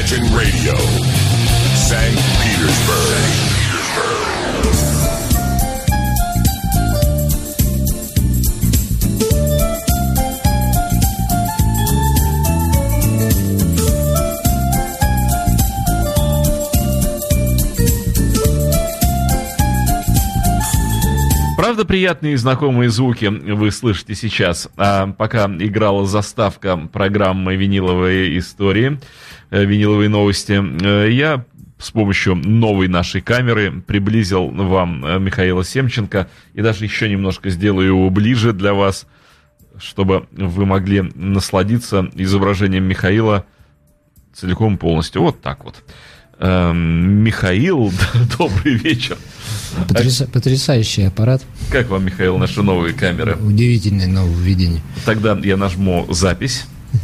Virgin Radio, St. Petersburg. Правда, приятные и знакомые звуки вы слышите сейчас. А пока играла заставка программы «Виниловые истории», «Виниловые новости», я с помощью новой нашей камеры приблизил вам Михаила Семченко и даже еще немножко сделаю его ближе для вас, чтобы вы могли насладиться изображением Михаила целиком и полностью. Вот так вот. Михаил, добрый вечер. Потрясающий аппарат. Как вам, Михаил, наши новые камеры? Удивительное нововведение. Тогда я нажму запись.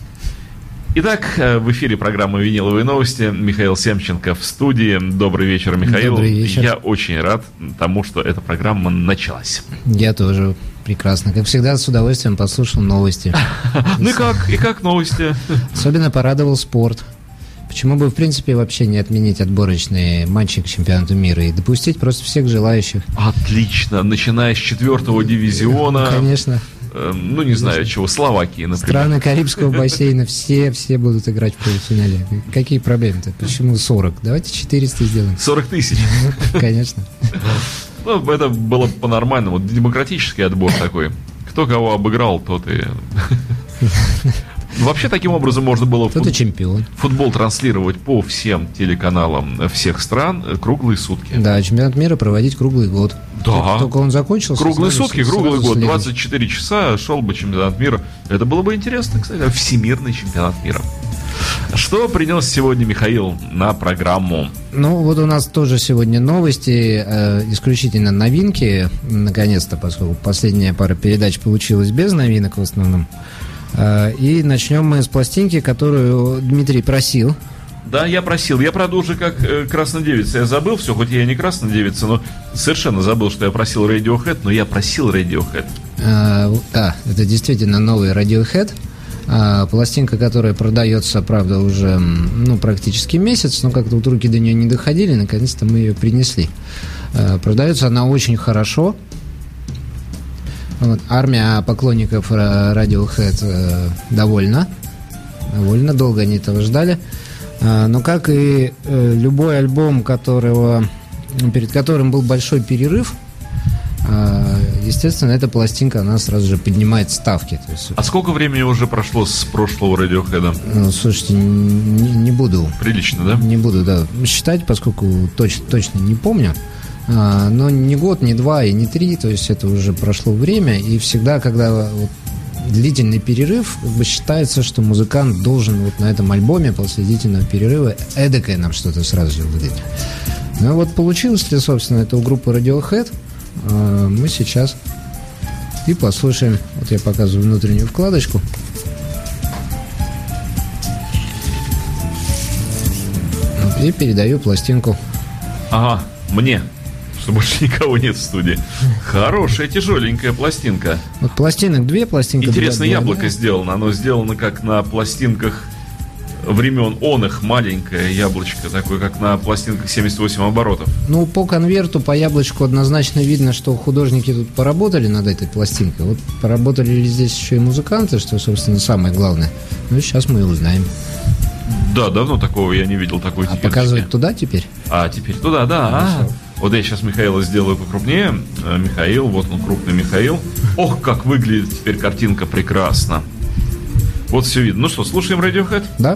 Итак, в эфире программа «Виниловые новости». Михаил Семченко в студии. Добрый вечер, Михаил. Добрый вечер. Я очень рад тому, что эта программа началась. Я тоже прекрасно. Как всегда, с удовольствием послушал новости. Ну и как новости? Особенно порадовал спорт. Почему бы, в принципе, вообще не отменить отборочные матчи к чемпионату мира и допустить просто всех желающих? Отлично. Начиная с 4-го дивизиона. Конечно. Ну, не знаю, чего, Словакии, например. Страны Карибского бассейна, все будут играть в полуфинале. Какие проблемы-то? Почему 40? Давайте 400 сделаем. 40 тысяч. Конечно. Ну, это было по-нормальному. Демократический отбор такой. Кто кого обыграл, тот и... Вообще, таким образом можно было футбол транслировать по всем телеканалам всех стран круглые сутки. Да, чемпионат мира проводить круглый год. Да. Только он закончился. Круглые сутки, круглый год, 24 часа шел бы чемпионат мира. Это было бы интересно, кстати, всемирный чемпионат мира. Что принес сегодня Михаил на программу? Ну, вот у нас тоже сегодня новости, исключительно новинки, наконец-то, поскольку последняя пара передач получилась без новинок в основном. И начнем мы с пластинки, которую Дмитрий просил. Да, я просил. Я, правда, уже как краснодевица. Я забыл все, хоть я и не краснодевица, но совершенно забыл, что я просил Radiohead, но я просил Radiohead. Да, это действительно новый Radiohead. Пластинка, которая продается, правда, уже практически месяц, но как-то вот руки до нее не доходили, наконец-то мы ее принесли. Продается она очень хорошо. Вот, армия поклонников Radiohead довольна долго они этого ждали. Но как и любой альбом, перед которым был большой перерыв, естественно, эта пластинка, она сразу же поднимает ставки. То есть... А сколько времени уже прошло с прошлого Radiohead? Ну, слушайте, не буду. Прилично, да? Не буду, да, считать, поскольку точно не помню. Но не год, не два и не три, то есть это уже прошло время, и всегда, когда вот длительный перерыв, считается, что музыкант должен вот на этом альбоме после длительного перерыва эдакое нам что-то сразу же выдать. Ну вот получилось ли, собственно, это у группы Radiohead, мы сейчас и послушаем. Вот я показываю внутреннюю вкладочку. И передаю пластинку. Ага, мне. Что больше никого нет в студии. Хорошая, тяжеленькая пластинка. Вот пластинок две, пластинка. Интересно, яблоко сделано. Оно сделано как на пластинках времен их, маленькое яблочко, такое, как на пластинках 78 оборотов. Ну, по конверту, по яблочку однозначно видно, что художники тут поработали над этой пластинкой. Вот поработали ли здесь еще и музыканты, что, собственно, самое главное. Ну, сейчас мы и узнаем. Да, давно такого я не видел, такой техники. А показывать туда теперь? А, теперь туда, да. Вот я сейчас Михаила сделаю покрупнее. Михаил, вот он, крупный Михаил. Ох, как выглядит теперь картинка прекрасно. Вот все видно. Ну что, слушаем Radiohead? Да.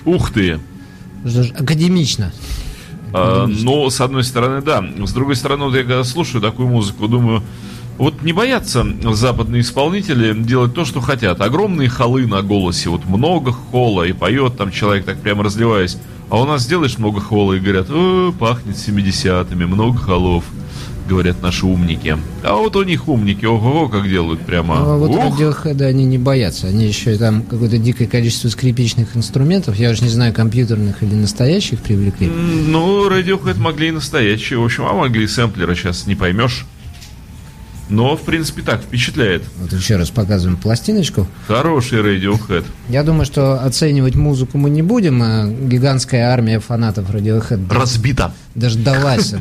Ух ты! Академично. Но, с одной стороны, да. С другой стороны, вот я когда слушаю такую музыку, думаю, вот не боятся западные исполнители делать то, что хотят. Огромные холы на голосе, вот много холла, и поет там человек так прямо разливаясь. А у нас сделаешь много холла, и говорят, пахнет 70-ми, много холов, говорят наши умники. А вот у них умники, ого, как делают прямо. А вот Radiohead они не боятся. Они еще и там какое-то дикое количество скрипичных инструментов. Я уже не знаю, компьютерных или настоящих привлекли. Ну, Radiohead могли и настоящие. В общем, а могли и сэмплеры, сейчас не поймешь. Но, в принципе, так, впечатляет. Вот еще раз показываем пластиночку. Хороший Radiohead. Я думаю, что оценивать музыку мы не будем. А гигантская армия фанатов Radiohead разбита. Дождалась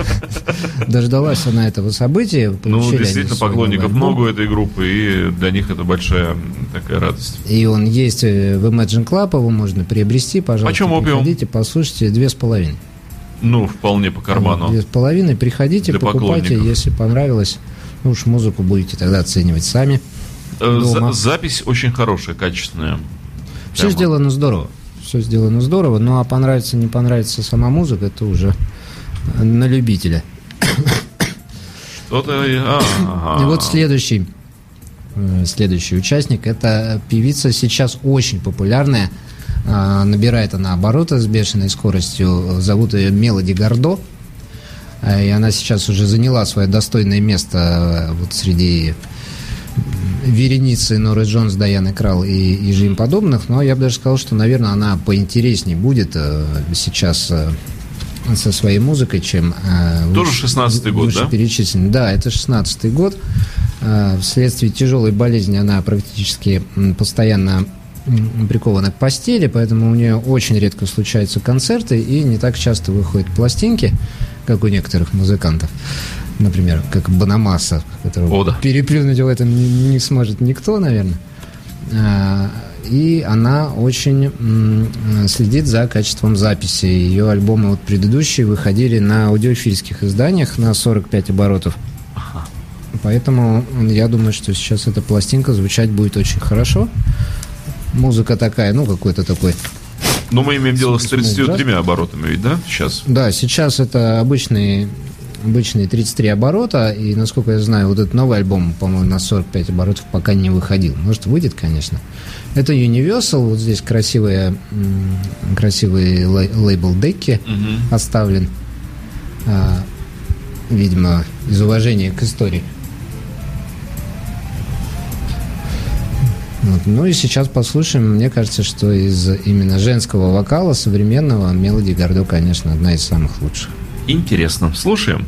она этого события. Ну, действительно, поклонников много у этой группы, и для них это большая такая радость. И он есть в Imagine Club, его можно приобрести, пожалуйста. Почем опиум? Приходите, послушайте, 2,5. Ну, вполне по карману. 2,5, приходите, для покупайте, поклонников. если понравилось. Ну уж музыку будете тогда оценивать сами. Запись очень хорошая, качественная. Все сделано здорово. Все сделано здорово. Ну а понравится, не понравится сама музыка, это уже на любителя. Что-то... И вот следующий участник. Это певица сейчас очень популярная. Набирает она обороты с бешеной скоростью. Зовут ее Мелоди Гардо. И она сейчас уже заняла свое достойное место вот среди вереницы Норы Джонс, Дайаны Кралл и же им подобных. Но я бы даже сказал, что, наверное, она поинтереснее будет сейчас со своей музыкой, чем... Тоже 16-й год, да? Перечисленный. Да, это 16-й год. Вследствие тяжелой болезни она практически постоянно прикована к постели, поэтому у нее очень редко случаются концерты и не так часто выходят пластинки, как у некоторых музыкантов. Например, как Бонамасса, которого переплюнуть в этом не сможет никто, наверное. И она очень следит за качеством записи. Ее альбомы вот предыдущие выходили на аудиофильских изданиях на 45 оборотов. Поэтому я думаю, что сейчас эта пластинка звучать будет очень хорошо. Музыка такая, ну, какой-то такой... Но мы имеем дело с 33 оборотами, ведь, да, сейчас? Да, сейчас это обычные 33 оборота, и, насколько я знаю, вот этот новый альбом, по-моему, на 45 оборотов пока не выходил. Может, выйдет, конечно. Это Universal, вот здесь красивый лейбл Деки оставлен, видимо, из уважения к истории. Вот. Ну и сейчас послушаем. Мне кажется, что из именно женского вокала современного Мелоди Гардо, конечно, одна из самых лучших. Интересно. Слушаем.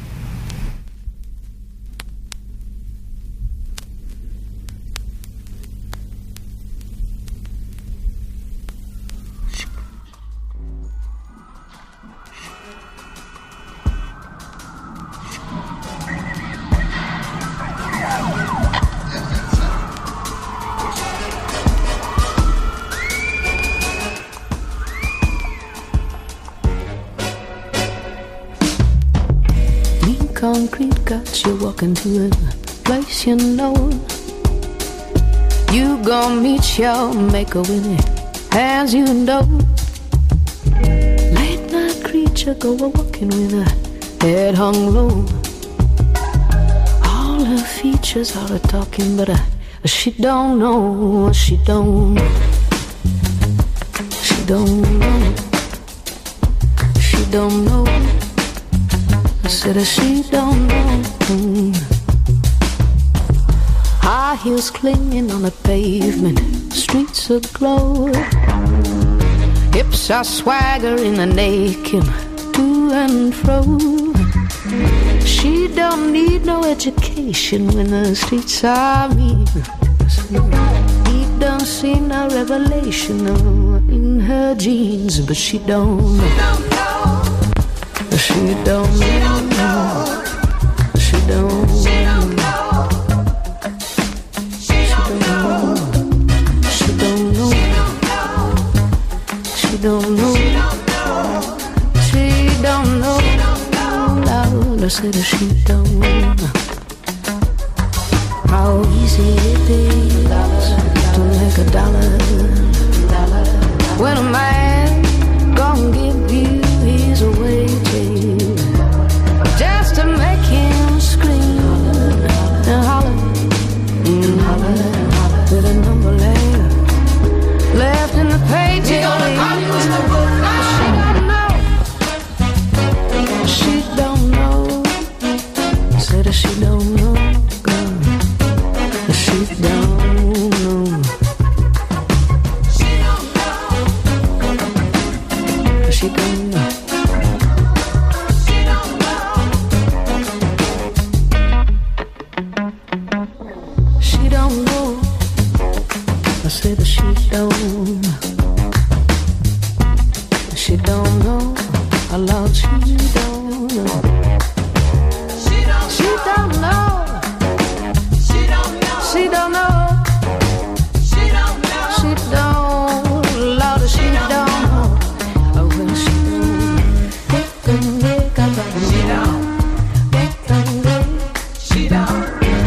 Concrete got you walking to a place you know. You gon' meet your maker with it, as you know. Late night creature go a walking with her head hung low. All her features are a talking, but she don't know, she don't know, she don't know. Said that she don't know. High heels clinging on the pavement, streets aglow. Hips are swaggering and naked to and fro. She don't need no education when the streets are mean. He don't see no revelation in her jeans, but she don't know. She don't know. She don't know. She don't know. She don't know. She don't know. She don't know. Loud, I said she don't know. How easy it is to make $1 when a man she don't know. She don't know. I said that she don't know. She don't know. I love she don't know. She don't know. She don't know. She don't know. She don't know. She don't. Lord, she don't know. Oh, when she don't. She don't. She don't. She don't.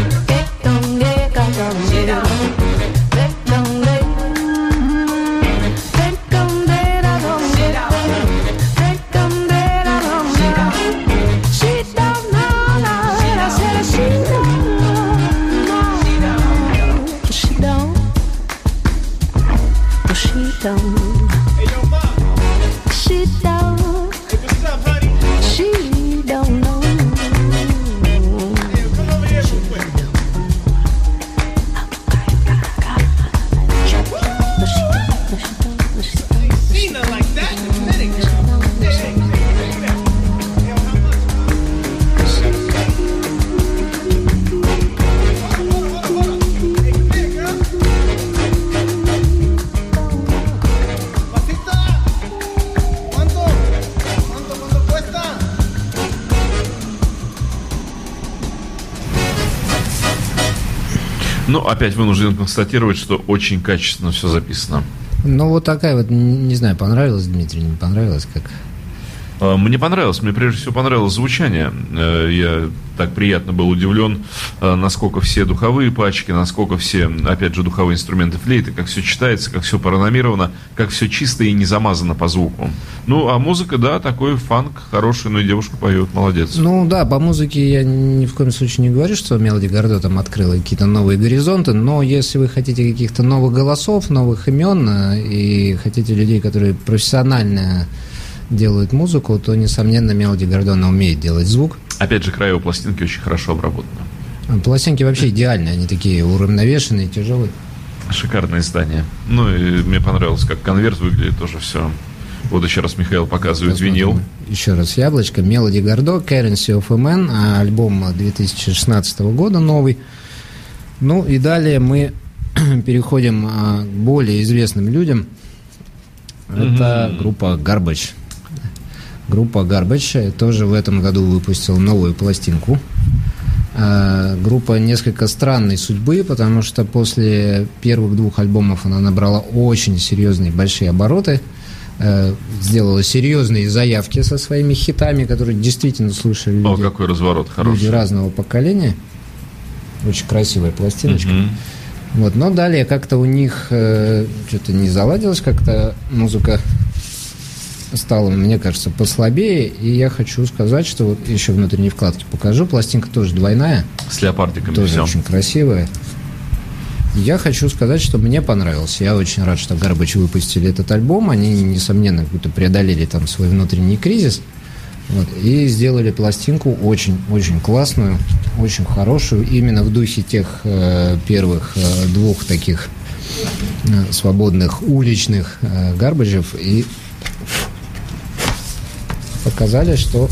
Ну, опять вынужден констатировать, что очень качественно все записано. Ну, вот такая вот, не знаю, понравилось, Дмитрий, не понравилось, как... Мне понравилось, мне прежде всего понравилось звучание. Я так приятно был удивлен, насколько все духовые пачки, насколько все, опять же, духовые инструменты флейты, как все читается, как все паранормировано, как все чисто и не замазано по звуку. Ну, а музыка, да, такой фанк хороший, но и девушка поет, молодец. Ну, да, по музыке я ни в коем случае не говорю, что Мелоди Гардо там открыла какие-то новые горизонты, но если вы хотите каких-то новых голосов, новых имен и хотите людей, которые профессионально делают музыку, то, несомненно, Мелоди Гардо умеет делать звук. Опять же, края у пластинки очень хорошо обработаны. Пластинки вообще идеальные, они такие уравновешенные, тяжелые. Шикарное издание. Ну, и мне понравилось, как конверт выглядит тоже все. Вот еще раз Михаил показывает винил. Еще раз яблочко. Мелоди Гардо, Currency of a Man, альбом 2016 года новый. Ну, и далее мы переходим к более известным людям. Это группа Garbage. Группа Garbage тоже в этом году выпустила новую пластинку. Группа несколько странной судьбы, потому что после первых двух альбомов она набрала очень серьезные большие обороты, сделала серьезные заявки со своими хитами, которые действительно слушали люди. О, какой разворот хороший. Люди разного поколения. Очень красивая пластиночка. Вот, но далее как-то у них что-то не заладилось, как-то музыка стала, мне кажется, послабее. И я хочу сказать, что вот еще внутренней вкладки покажу. Пластинка тоже двойная. С леопардиками. Тоже все. очень красивая. Я хочу сказать, что мне понравилось. Я очень рад, что Garbage выпустили этот альбом. Они, несомненно, как-то преодолели там свой внутренний кризис. Вот, и сделали пластинку очень-очень классную, очень хорошую, именно в духе тех первых двух таких свободных уличных гарбаджев, и показали, что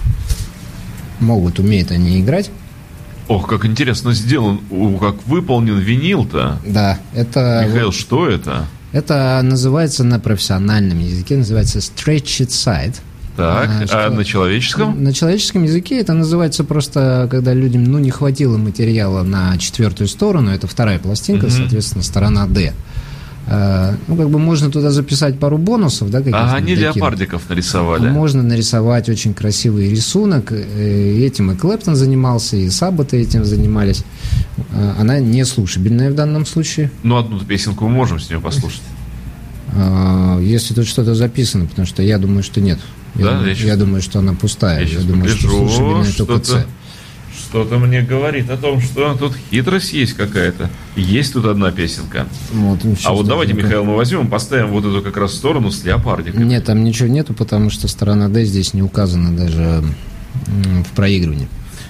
умеют они играть. Ох, как интересно сделан, как выполнен винил-то. Да, это... Михаил, что это? Это называется на профессиональном языке, называется stretched side. Так, а на человеческом? На человеческом языке это называется просто, когда людям не хватило материала на четвертую сторону, это вторая пластинка, соответственно, сторона D. Можно туда записать пару бонусов, да, каких-то. Они леопардиков нарисовали. Можно нарисовать очень красивый рисунок. Этим и Клэптон занимался, и Саббаты этим занимались. Она не слушабельная в данном случае. Ну, одну песенку мы можем с нее послушать. Если тут что-то записано, потому что я думаю, что нет. Я думаю, что она пустая. Я думаю, что слушабельная только С. Что-то мне говорит о том, что тут хитрость есть какая-то. Есть тут одна песенка. Вот давайте, Михаил, мы возьмем, поставим вот эту как раз сторону с леопардиком. Нет, там ничего нету, потому что сторона D здесь не указана даже в проигрывании.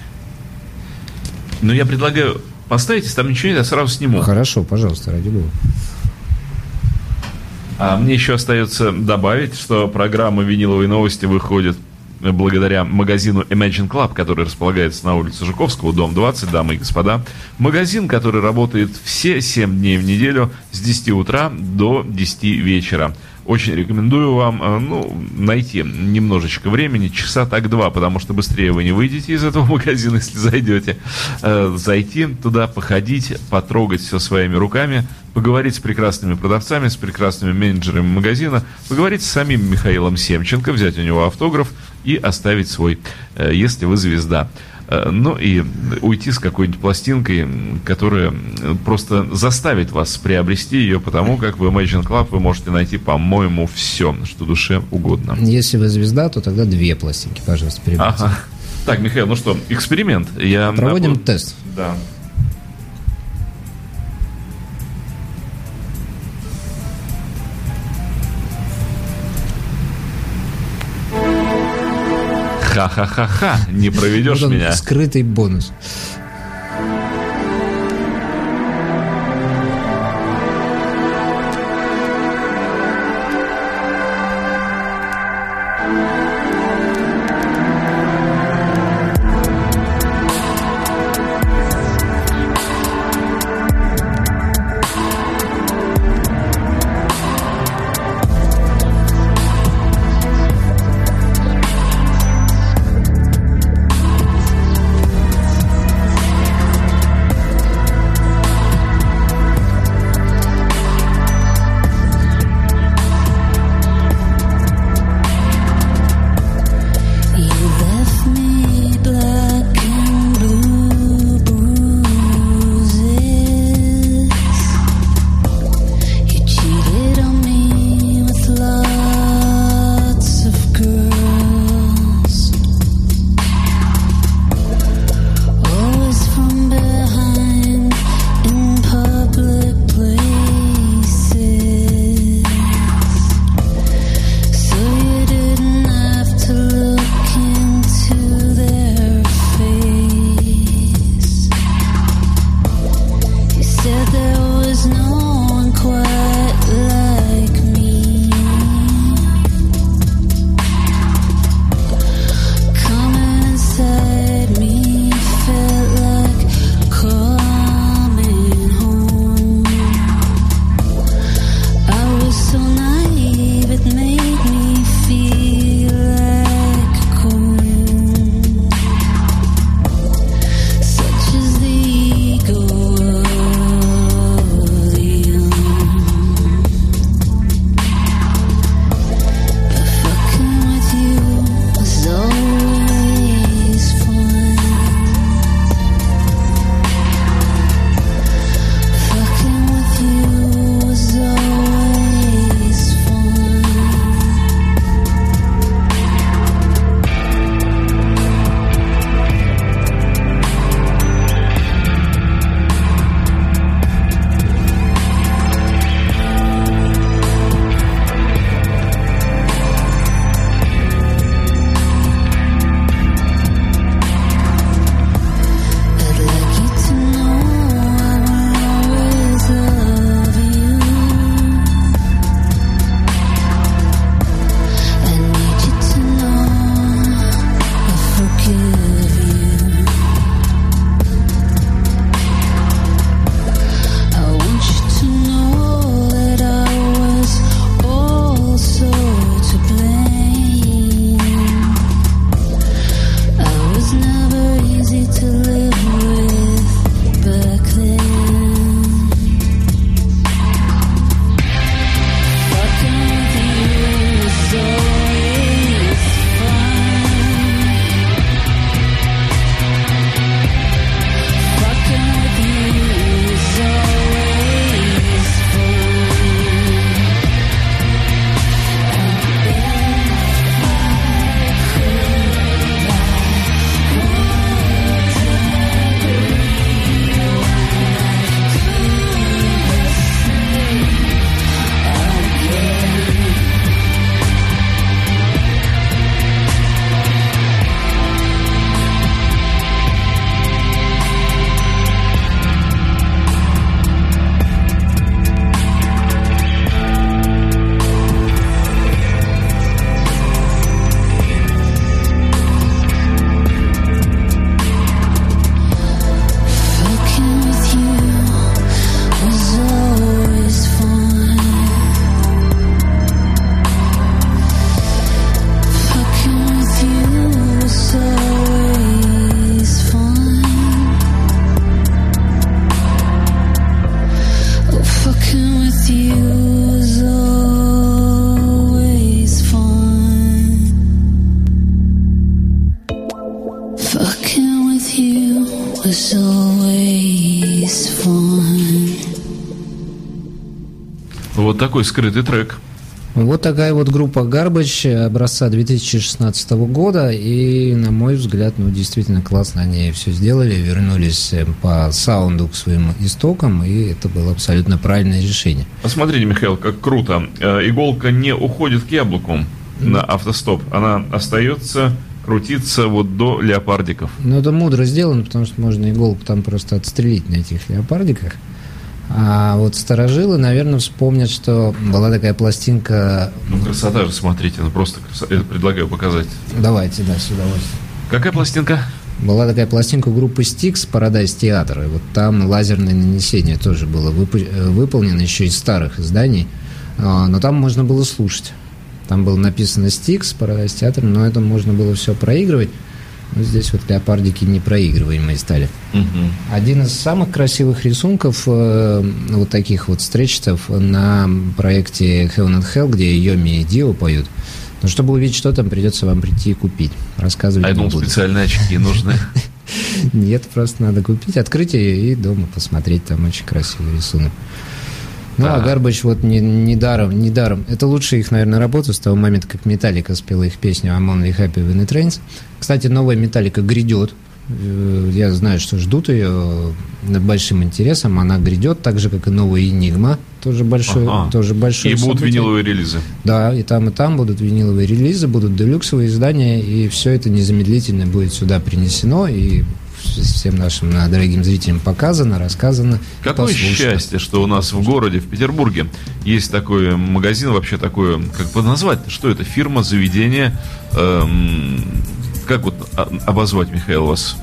Но я предлагаю поставить, если там ничего нет, я сразу сниму. Хорошо, пожалуйста, ради бога. А мне еще остается добавить, что программа «Виниловые новости» выходит благодаря магазину Imagine Club, который располагается на улице Жуковского, дом 20, дамы и господа. Магазин, который работает все 7 дней в неделю с 10 утра до 10 вечера. Очень рекомендую вам, найти немножечко времени, часа так 2, потому что быстрее вы не выйдете из этого магазина, если зайдете. Зайти туда, походить, потрогать все своими руками, поговорить с прекрасными продавцами, с прекрасными менеджерами магазина, поговорить с самим Михаилом Семченко, взять у него автограф и оставить свой, если вы звезда. Ну и уйти с какой-нибудь пластинкой, которая просто заставит вас приобрести ее, потому как в Imagine Club вы можете найти, по-моему, все, что душе угодно. Если вы звезда, то тогда 2 пластинки, пожалуйста, приобретите. Ага. Так, Михаил, ну что, эксперимент. Проводим тест. Да. Ха-ха-ха-ха, не проведешь вот он, меня. Скрытый бонус. Вот такой скрытый трек. Вот такая вот группа Garbage образца 2016 года, и, на мой взгляд, ну, действительно классно они все сделали, вернулись по саунду к своим истокам, и это было абсолютно правильное решение. Посмотрите, Михаил, как круто. Иголка не уходит к яблоку на автостоп, она остается крутиться вот до леопардиков. Ну, это мудро сделано, потому что можно иголку там просто отстрелить на этих леопардиках. А вот старожилы, наверное, вспомнят, что была такая пластинка... Ну, красота же, смотрите, ну просто красота. Я предлагаю показать. Давайте, да, с удовольствием. Какая пластинка? Была такая пластинка группы Styx, Paradise Theater, и вот там лазерное нанесение тоже было выполнено еще из старых изданий, но там можно было слушать. Там было написано Styx, Paradise Theater, но это можно было все проигрывать. Но здесь вот леопардики непроигрываемые стали. Один из самых красивых рисунков вот таких вот стречетов на проекте Heaven and Hell, где Йоми и Дио поют. Но чтобы увидеть, что там, придется вам прийти и купить. Рассказывать не буду. Я думал, специальные очки нужны. Нет, просто надо купить, открыть ее и дома посмотреть. Там очень красивый рисунок. Ну, а Garbage вот недаром. Это лучшая их, наверное, работа с того момента, как Metallica спела их песню I'm Only Happy When It Rains. Кстати, новая Metallica грядет. Я знаю, что ждут ее большим интересом. Она грядет, так же, как и новая Enigma. Тоже большое И будут виниловые релизы. Да, и там будут виниловые релизы, будут делюксовые издания, и все это незамедлительно будет сюда принесено, и всем нашим дорогим зрителям показано, рассказано. Какое счастье, что у нас в городе, в Петербурге, есть такой магазин, вообще такое, как бы назвать, что это, фирма, заведение, как вот обозвать, Михаил, вас?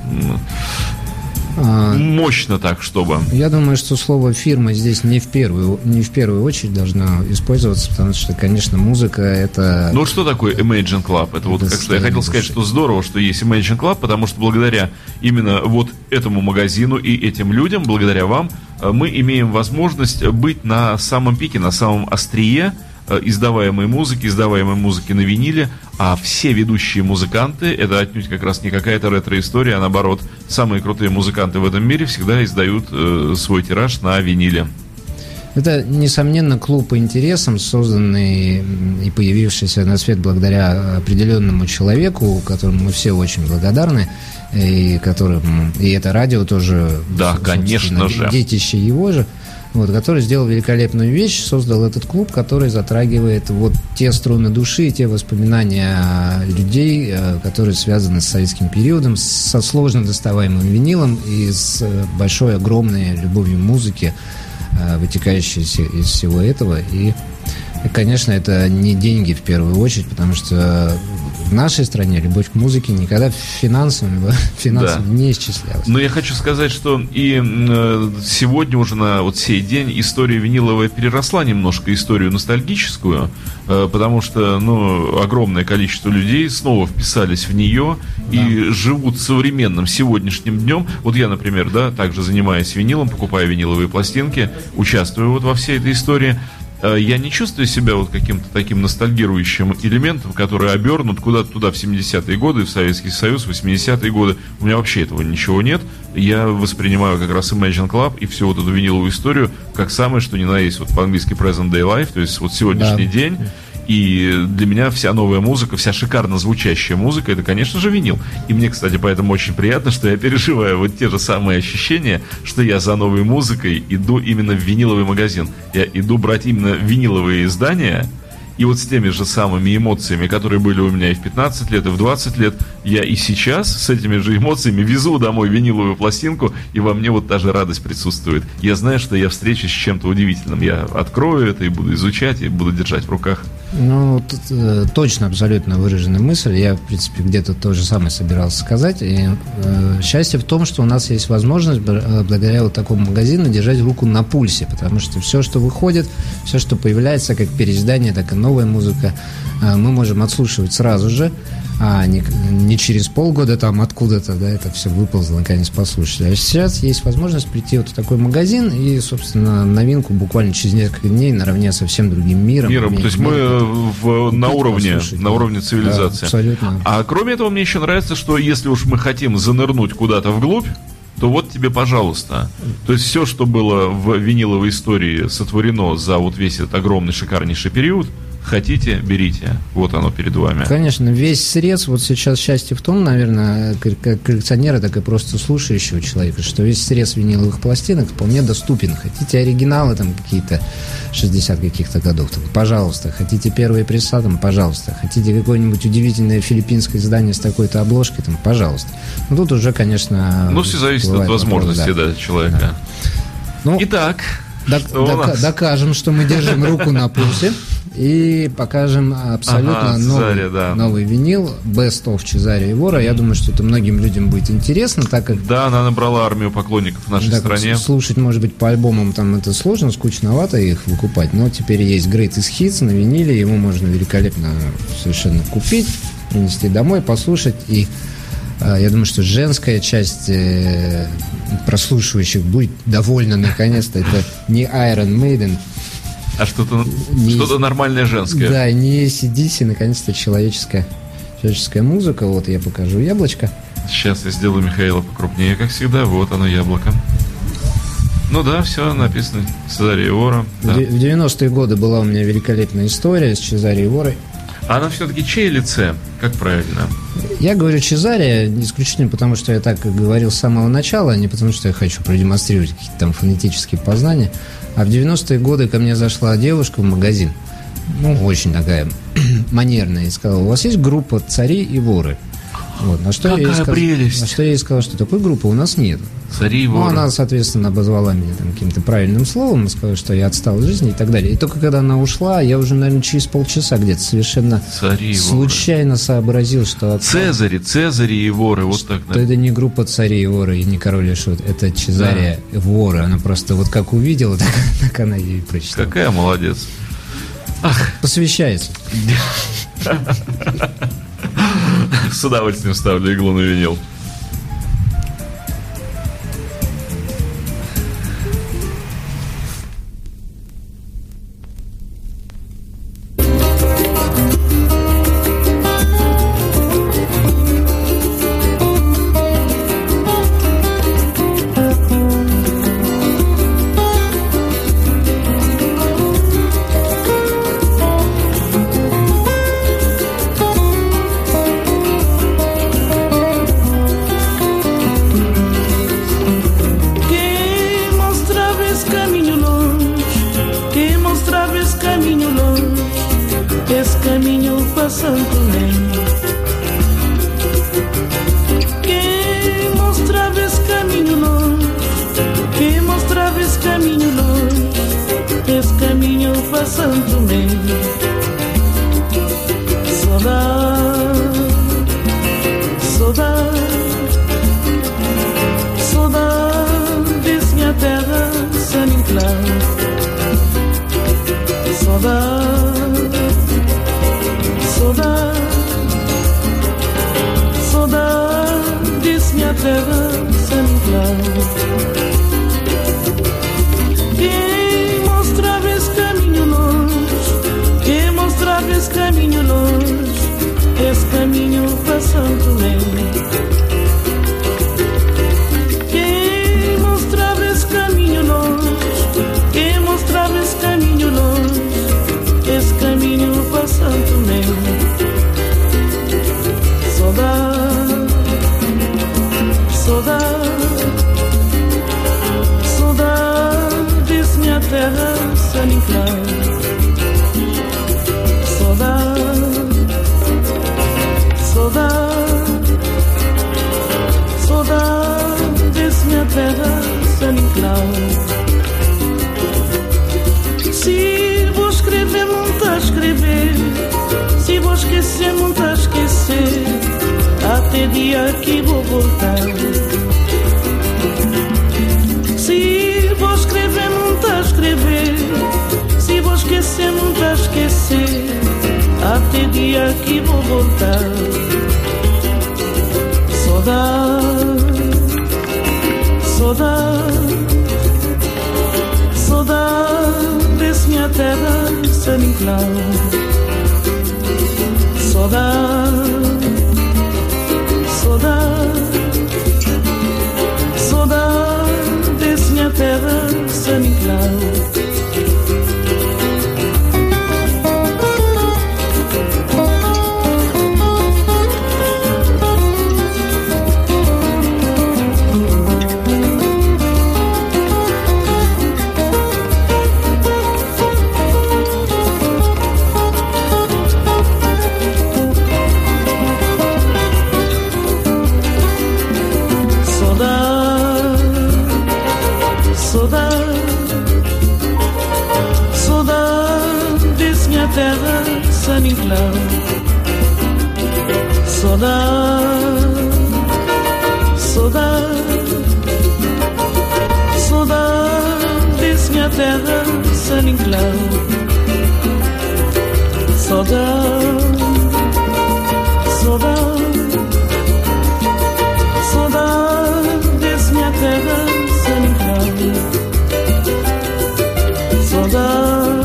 Мощно так, чтобы... Я думаю, что слово «фирма» здесь не в первую очередь должно использоваться, потому что, конечно, музыка — это... Ну, что такое Imagine Club? Это вот, как что я хотел сказать, что здорово, что есть Imagine Club, потому что благодаря именно вот этому магазину и этим людям, благодаря вам, мы имеем возможность быть на самом пике, на самом острие издаваемой музыки на виниле, а все ведущие музыканты, это отнюдь как раз не какая-то ретро-история, а наоборот, самые крутые музыканты в этом мире всегда издают свой тираж на виниле. Это, несомненно, клуб по интересам, созданный и появившийся на свет благодаря определенному человеку, которому мы все очень благодарны, и это радио тоже, да, конечно же, детище его же. Вот, который сделал великолепную вещь, создал этот клуб, который затрагивает вот те струны души, те воспоминания людей, которые связаны с советским периодом, со сложно доставаемым винилом и с большой, огромной любовью музыки, вытекающей из всего этого. И, конечно, это не деньги в первую очередь, потому что в нашей стране любовь к музыке никогда финансово не исчислялась. Но я хочу сказать, что и сегодня уже на вот сей день история виниловая переросла немножко историю ностальгическую, потому что огромное количество людей снова вписались в нее и живут современным сегодняшним днем. Вот я, например, также занимаюсь винилом, покупаю виниловые пластинки, участвую вот во всей этой истории. Я не чувствую себя вот каким-то таким ностальгирующим элементом, который обернут куда-то туда в 70-е годы, в Советский Союз, в 80-е годы. У меня вообще этого ничего нет. Я воспринимаю как раз Imagine Club и всю вот эту виниловую историю как самое, что ни на есть, вот по-английски present day life, то есть вот сегодняшний день. И для меня вся новая музыка, вся шикарно звучащая музыка, это, конечно же, винил. И мне, кстати, поэтому очень приятно, что я переживаю вот те же самые ощущения, что я за новой музыкой иду именно в виниловый магазин. Я иду брать именно виниловые издания, и вот с теми же самыми эмоциями, которые были у меня и в 15 лет, и в 20 лет, я и сейчас с этими же эмоциями везу домой виниловую пластинку, и во мне вот та же радость присутствует. Я знаю, что я встречусь с чем-то удивительным. Я открою это и буду изучать, и буду держать в руках. Ну, тут точно абсолютно выраженная мысль. Я, в принципе, где-то то же самое собирался сказать. И счастье в том, что у нас есть возможность, благодаря вот такому магазину, держать руку на пульсе, потому что все, что выходит, все, что появляется, как переиздание, так и новая музыка, мы можем отслушивать сразу же, а не через полгода там откуда-то, это все выползло, наконец послушать. А сейчас есть возможность прийти вот в такой магазин и, собственно, новинку буквально через несколько дней наравне со всем другим миром. То есть мы на уровне цивилизации. Да, абсолютно. А кроме этого, мне еще нравится, что если уж мы хотим занырнуть куда-то вглубь, то вот тебе, пожалуйста. То есть все, что было в виниловой истории сотворено за вот весь этот огромный шикарнейший период, хотите, берите. Вот оно перед вами. Конечно, весь срез, вот сейчас счастье в том, наверное, как коллекционера, так и просто слушающего человека, что весь срез виниловых пластинок вполне доступен. Хотите оригиналы там какие-то 60 каких-то годов, там, пожалуйста. Хотите первые пресса, там, пожалуйста. Хотите какое-нибудь удивительное филиппинское издание с такой-то обложкой, там, пожалуйста. Ну, тут уже, конечно... Ну, все зависит от возможности, да, человека. Да. Ну, итак, докажем, что мы держим руку на пульсе. И покажем абсолютно новый винил Best of Чезаре и Вора. Я думаю, что это многим людям будет интересно, так как... Да, она набрала армию поклонников в нашей стране. Слушать, может быть, по альбомам там это сложно, скучновато их выкупать, но теперь есть Greatest Hits на виниле, его можно великолепно совершенно купить, принести домой, послушать. И я думаю, что женская часть прослушивающих будет довольна наконец-то. Это не Iron Maiden, а что-то нормальное женское. Да, не AC/DC, наконец-то человеческая музыка. Вот я покажу яблочко. Сейчас я сделаю Михаила покрупнее, как всегда. Вот оно, яблоко. Ну да, все написано. Чезаре и Вора. Да. В 90-е годы была у меня великолепная история с Чезаре и Ворой. А она все-таки чей или Це? Как правильно? Я говорю Чезаре исключительно потому, что я так говорил с самого начала, а не потому, что я хочу продемонстрировать какие-то там фонетические познания. А в 90-е годы ко мне зашла девушка в магазин, ну, очень такая манерная, и сказала: у вас есть группа «Цари и воры»? Вот. На что я ей сказал, что такой группы у нас нет. «Цари и воры». Ну, она, соответственно, обозвала меня там каким-то правильным словом, сказала, что я отстал в жизни и так далее. И только когда она ушла, я уже, наверное, через полчаса где-то совершенно случайно сообразил, что... Цезари и воры, вот так, да. Это не группа «Цари и воры» и не «Король и Шут», это Чезаре и Воры. Она просто вот как увидела, так она ее и прочитала. Какая молодец. Посвящается. С удовольствием ставлю иглу на винил. Até dia que vou voltar. Se vou escrever, muito a escrever. Se vou esquecer, muito a esquecer. Até dia que vou voltar. Saudade, saudade, saudade desse minha terra, San Inclau. Saudade, saudade, saudade terra San Inclau. Saudade, saudade, saudades minha terra San Inclau. Saudade, saudade, saudades minha terra San Inclau. Saudade,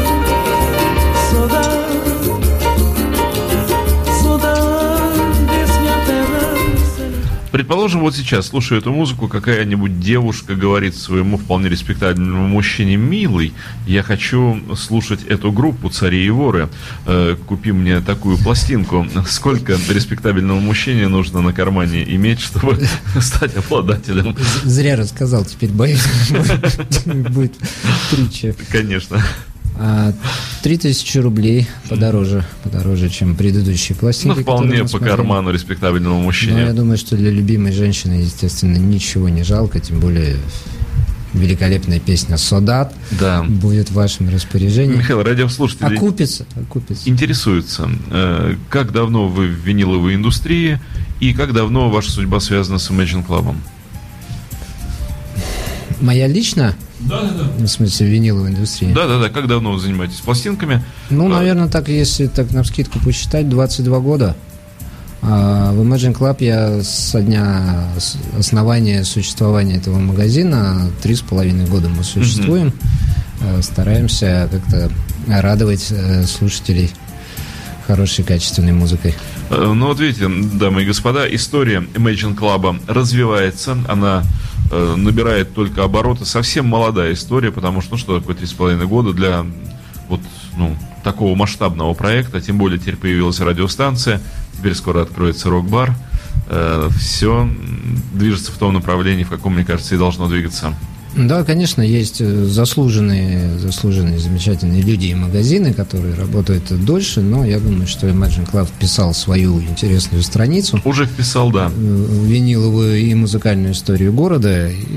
предположим, вот сейчас, слушая эту музыку, какая-нибудь девушка говорит своему вполне респектабельному мужчине: «Милый, я хочу слушать эту группу «Цари и воры». Купи мне такую пластинку». Сколько респектабельному мужчине нужно на кармане иметь, чтобы стать обладателем? Зря рассказал, теперь боюсь, будет притча. Конечно. 3000 рублей подороже, чем предыдущие пластинки. Ну, вполне по карману респектабельному мужчине. Но я думаю, что для любимой женщины, естественно, ничего не жалко, тем более великолепная песня «Содат» будет в вашем распоряжении. Михаил, радиослушатели окупится. Интересуются, как давно вы в виниловой индустрии и как давно ваша судьба связана с Imagine Club? Моя лично? Да. В смысле, виниловой индустрии. Да. Как давно вы занимаетесь пластинками? Ну, наверное, так, если так навскидку посчитать, 22 года. В Imagine Club я со дня основания существования этого магазина 3,5 года мы существуем. Стараемся как-то радовать слушателей хорошей, качественной музыкой. Ну, вот видите, дамы и господа, история Imagine Club развивается, она набирает только обороты. Совсем молодая история, потому что, что такое 3,5 года для вот, такого масштабного проекта, тем более теперь появилась радиостанция, теперь скоро откроется рок-бар. Все движется в том направлении, в каком, мне кажется, и должно двигаться. Да, конечно, есть заслуженные, замечательные люди и магазины, которые работают дольше, но я думаю, что Imagine Club вписал свою интересную страницу. Уже вписал, да. Виниловую и музыкальную историю города. И,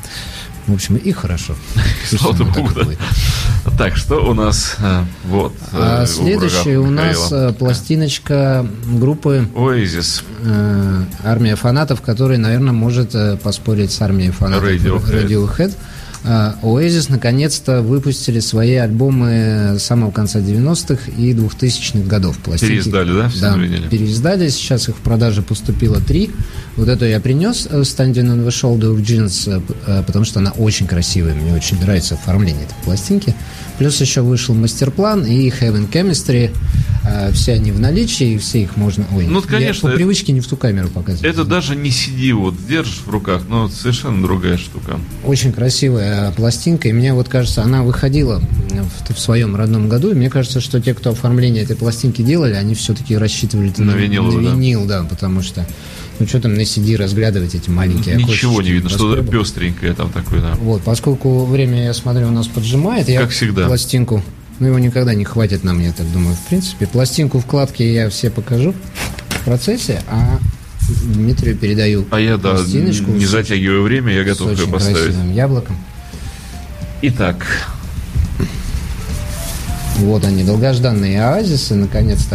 в общем, и хорошо. Слава Богу, да. Так, что у нас вот? Следующая у нас пластиночка группы Oasis. «Армия фанатов», которая, наверное, может поспорить с армией фанатов Radiohead. Oasis наконец-то выпустили свои альбомы с самого конца 90-х и 2000-х годов. Пластинки. Переиздали, да? Да, переиздали. Сейчас их в продаже поступило 3. Вот эту я принес, Standing on the Shoulder of Giants, потому что она очень красивая. Мне очень нравится оформление этой пластинки. Плюс еще вышел мастер-план и Heaven Chemistry. Все они в наличии, все их можно... Ой, ну, конечно, я по привычке не в ту камеру показываю. Это даже не CD, вот держишь в руках, но совершенно другая штука. Очень красивая пластинка, и мне вот кажется, она выходила в своем родном году, и мне кажется, что те, кто оформление этой пластинки делали, они все-таки рассчитывали на винил, да, потому что что там на CD разглядывать эти маленькие окошечки. Ничего не видно, что-то пестренькое там такое, да. Вот, поскольку время, я смотрю, у нас поджимает, я как всегда пластинку... Ну, его никогда не хватит нам, я так думаю. В принципе, пластинку, вкладки я все покажу в процессе, а Дмитрию передаю пластиночку. Не затягивая время, я готов ее поставить. С очень красивым яблоком. Итак. Вот они, долгожданные оазисы, наконец-то.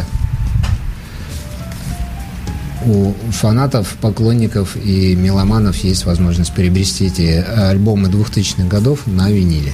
У фанатов, поклонников и меломанов есть возможность приобрести эти альбомы 2000-х годов на виниле.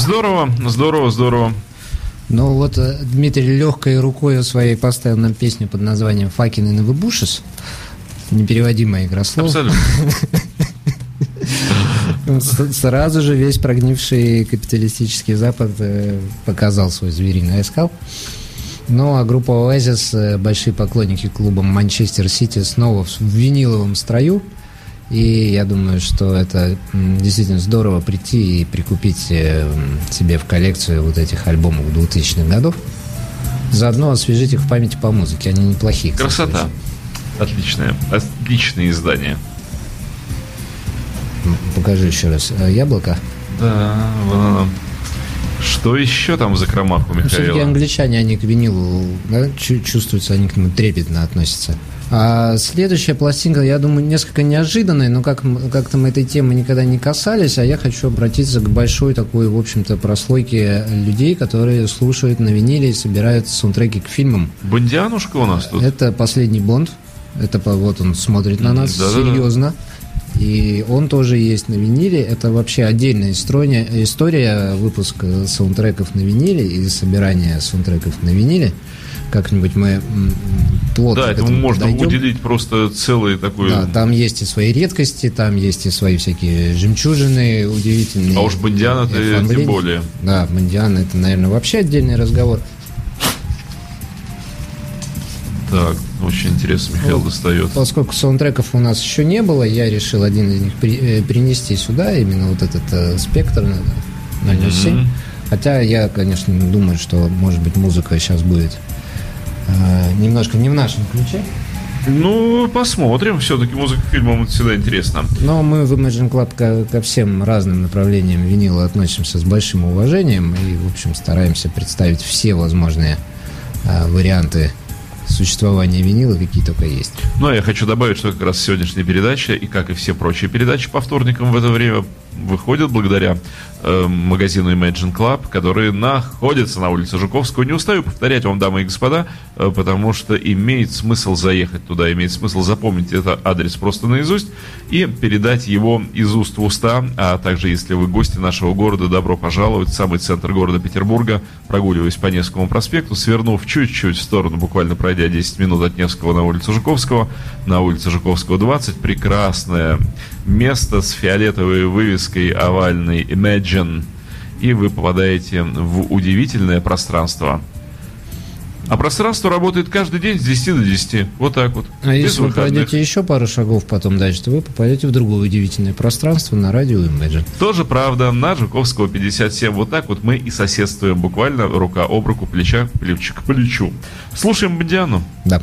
Здорово, здорово, здорово. Ну вот Дмитрий легкой рукой своей поставил нам песню под названием «Fucking in the bushes». Непереводимая игра слов. Абсолютно. Сразу же весь прогнивший капиталистический Запад показал свой звериный оскал. Ну, а группа Oasis, большие поклонники клуба Манчестер Сити, снова в виниловом строю. И я думаю, что это действительно здорово прийти и прикупить себе в коллекцию вот этих альбомов 2000-х годов. Заодно освежить их в памяти по музыке. Они неплохие. Красота. Отличное. Отличное издание. Покажи еще раз. Яблоко? Да, вон оно. Что еще там в закромах у Михаила? Все-таки англичане, они к винилу, да, чувствуется, они к нему трепетно относятся. А следующая пластинка, я думаю, несколько неожиданная, но как-то мы этой темы никогда не касались, а я хочу обратиться к большой такой, в общем-то, прослойке людей, которые слушают на виниле и собирают саундтреки к фильмам. Бондианушка у нас тут. Это «Последний Бонд». Это вот он смотрит на нас серьезно. И он тоже есть на виниле. Это вообще отдельная история выпуска саундтреков на виниле и собирания саундтреков на виниле. Как-нибудь мы плотно да, этому можно подойдем. Уделить просто целый такой... Да, там есть и свои редкости, там есть и свои всякие жемчужины удивительные. А уж Бондиана-то тем более. Да, Бондиана — это, наверное, вообще отдельный разговор. Так, очень интересно Михаил достает. Поскольку саундтреков у нас еще не было, я решил один из них принести сюда, именно вот этот спектр 007. Хотя я, конечно, думаю, что, может быть, музыка сейчас будет немножко не в нашем ключе. Ну, посмотрим. Все-таки музыка к фильмам всегда интересна. Но мы в Imagine Club ко всем разным направлениям винила относимся с большим уважением и, в общем, стараемся представить все возможные варианты существования винила, какие только есть. Ну, а я хочу добавить, что как раз сегодняшняя передача, и как и все прочие передачи по вторникам в это время, выходят благодаря магазину Imagine Club, который находится на улице Жуковского. Не устаю повторять вам, дамы и господа, потому что имеет смысл заехать туда, имеет смысл запомнить этот адрес просто наизусть и передать его из уст в уста. А также, если вы гости нашего города, добро пожаловать в самый центр города Петербурга, прогуливаясь по Невскому проспекту, свернув чуть-чуть в сторону, буквально пройдя 10 минут от Невского на улицу Жуковского, на улице Жуковского 20, прекрасное место с фиолетовой вывеской овальной Imagine, и вы попадаете в удивительное пространство. А пространство работает каждый день с 10 до 10. Вот так вот. А если вы пройдете еще пару шагов потом дальше, то вы попадете в другое удивительное пространство на радио Imagine. Тоже правда, на Жуковского 57. Вот так вот мы и соседствуем, буквально рука об руку, плечо к плечу. Слушаем Бондиану. Да.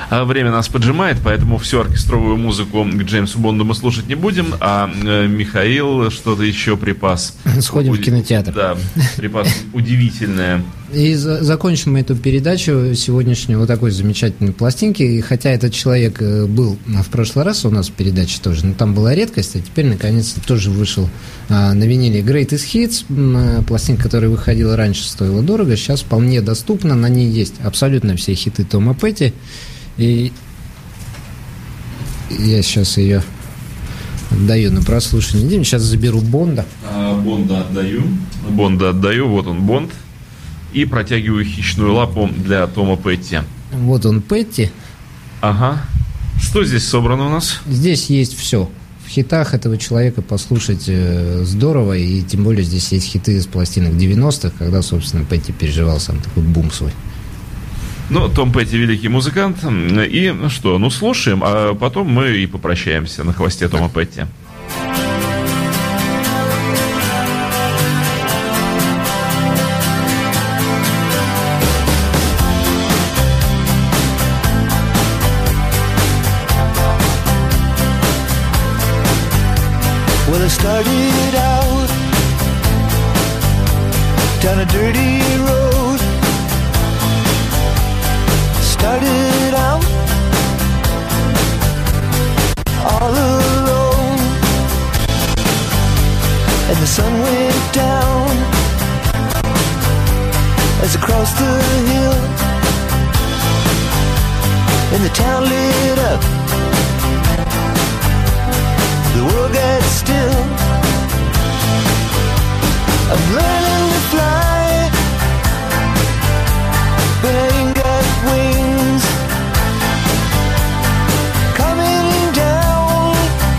Время нас поджимает, поэтому всю оркестровую музыку к Джеймсу Бонду мы слушать не будем, а Михаил что-то еще припас. Сходим в кинотеатр. Да, припас удивительное. И закончим мы эту передачу сегодняшнюю вот такой замечательной пластинки. И хотя этот человек был в прошлый раз у нас в передаче тоже, но там была редкость, а теперь наконец-то тоже вышел на виниле Greatest Hits. Пластинка, которая выходила раньше, стоила дорого, сейчас вполне доступна. На ней есть абсолютно все хиты Тома Петти. И я сейчас ее отдаю на прослушивание. Сейчас заберу Бонда. Бонда отдаю. Вот он, Бонд. И протягиваю хищную лапу для Тома Петти. Вот он, Петти. Ага. Что здесь собрано у нас? Здесь есть все. В хитах этого человека послушать здорово. И тем более здесь есть хиты из пластинок 90-х, когда, собственно, Петти переживал сам такой бум свой. Ну, Том Петти великий музыкант. И что, ну слушаем, а потом мы и попрощаемся на хвосте Тома Петти. Well, I started out down a dirty road. Started out all alone, and the sun went down as I crossed the hill, and the town lit up. The world got still. I'm learning to fly, but I ain't got wings. Coming down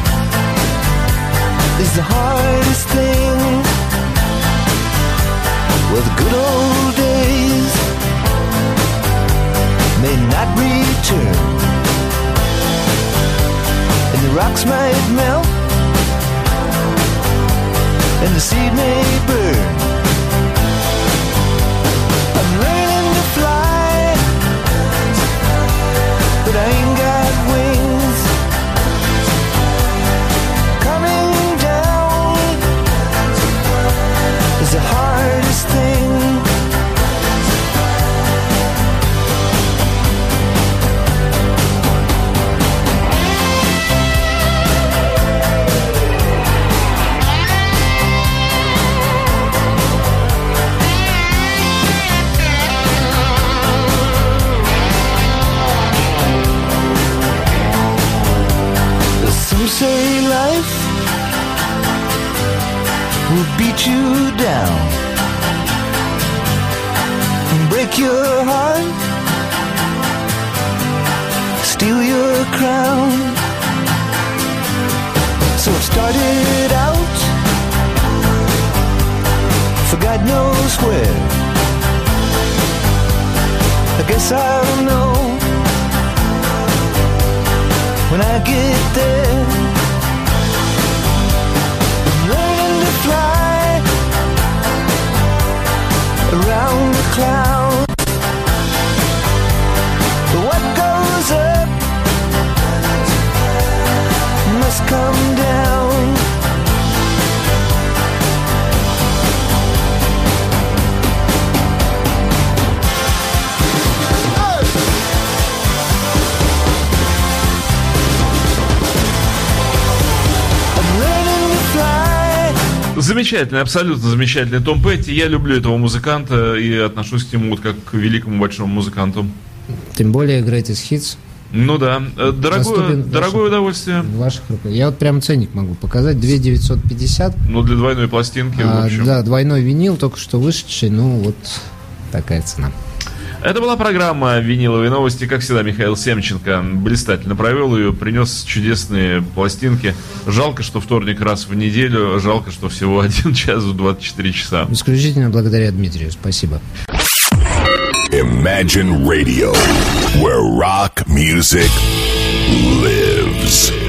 is the hardest thing. Well, the good old days may not return, and the rocks might melt, and the seed may burn. I'm learning to fly, but I ain't got wings. Coming down is the hardest thing. Some say life will beat you down and break your heart, steal your crown. So it started out for God knows where. I guess I'll know when I get there. I'm learning to fly around the cloud. But what goes up must come down. Замечательный, абсолютно замечательный Том Петти. Я люблю этого музыканта и отношусь к нему вот как к великому большому музыканту. Тем более Greatest Hits. Ну да, дорогое удовольствие. В ваших руках. Я вот прям ценник могу показать. 2950. Ну, для двойной пластинки, в общем. Да, двойной винил, только что вышедший. Ну, вот такая цена. Это была программа «Виниловые новости». Как всегда, Михаил Семченко блистательно провел ее, принес чудесные пластинки. Жалко, что вторник раз в неделю, жалко, что всего 1 час в 24 часа. Исключительно благодаря Дмитрию. Спасибо. Imagine Radio, where rock music lives.